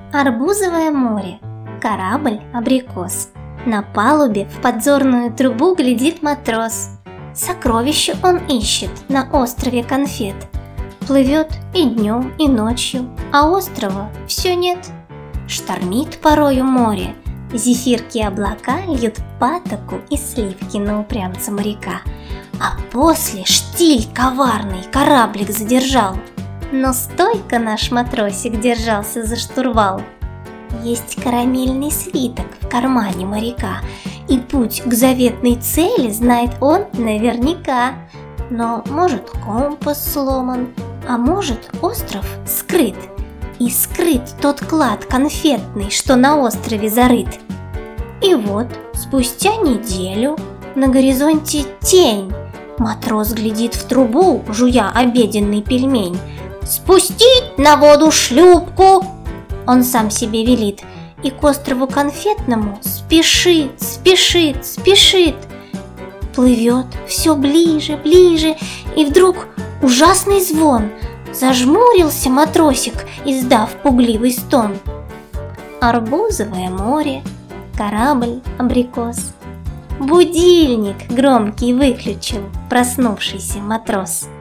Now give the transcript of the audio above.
Арбузовое море, корабль-абрикос. На палубе в подзорную трубу глядит матрос. Сокровище он ищет на острове конфет. Плывет и днем, и ночью, а острова все нет. Штормит порою море, зефирки и облака льют патоку и сливки на упрямца моряка. А после штиль коварный кораблик задержал. Но стойко наш матросик держался за штурвал. Есть карамельный свиток в кармане моряка, и путь к заветной цели знает он наверняка. Но может компас сломан, а может остров скрыт, и скрыт тот клад конфетный, что на острове зарыт. И вот спустя неделю на горизонте тень. Матрос глядит в трубу, жуя обеденный пельмень. «Спустить на воду шлюпку!» Он сам себе велит, и к острову конфетному спешит, спешит, спешит. Плывет все ближе, ближе, и вдруг ужасный звон. Зажмурился матросик, издав пугливый стон. Арбузовое море, корабль-абрикос. Будильник громкий выключил проснувшийся матрос.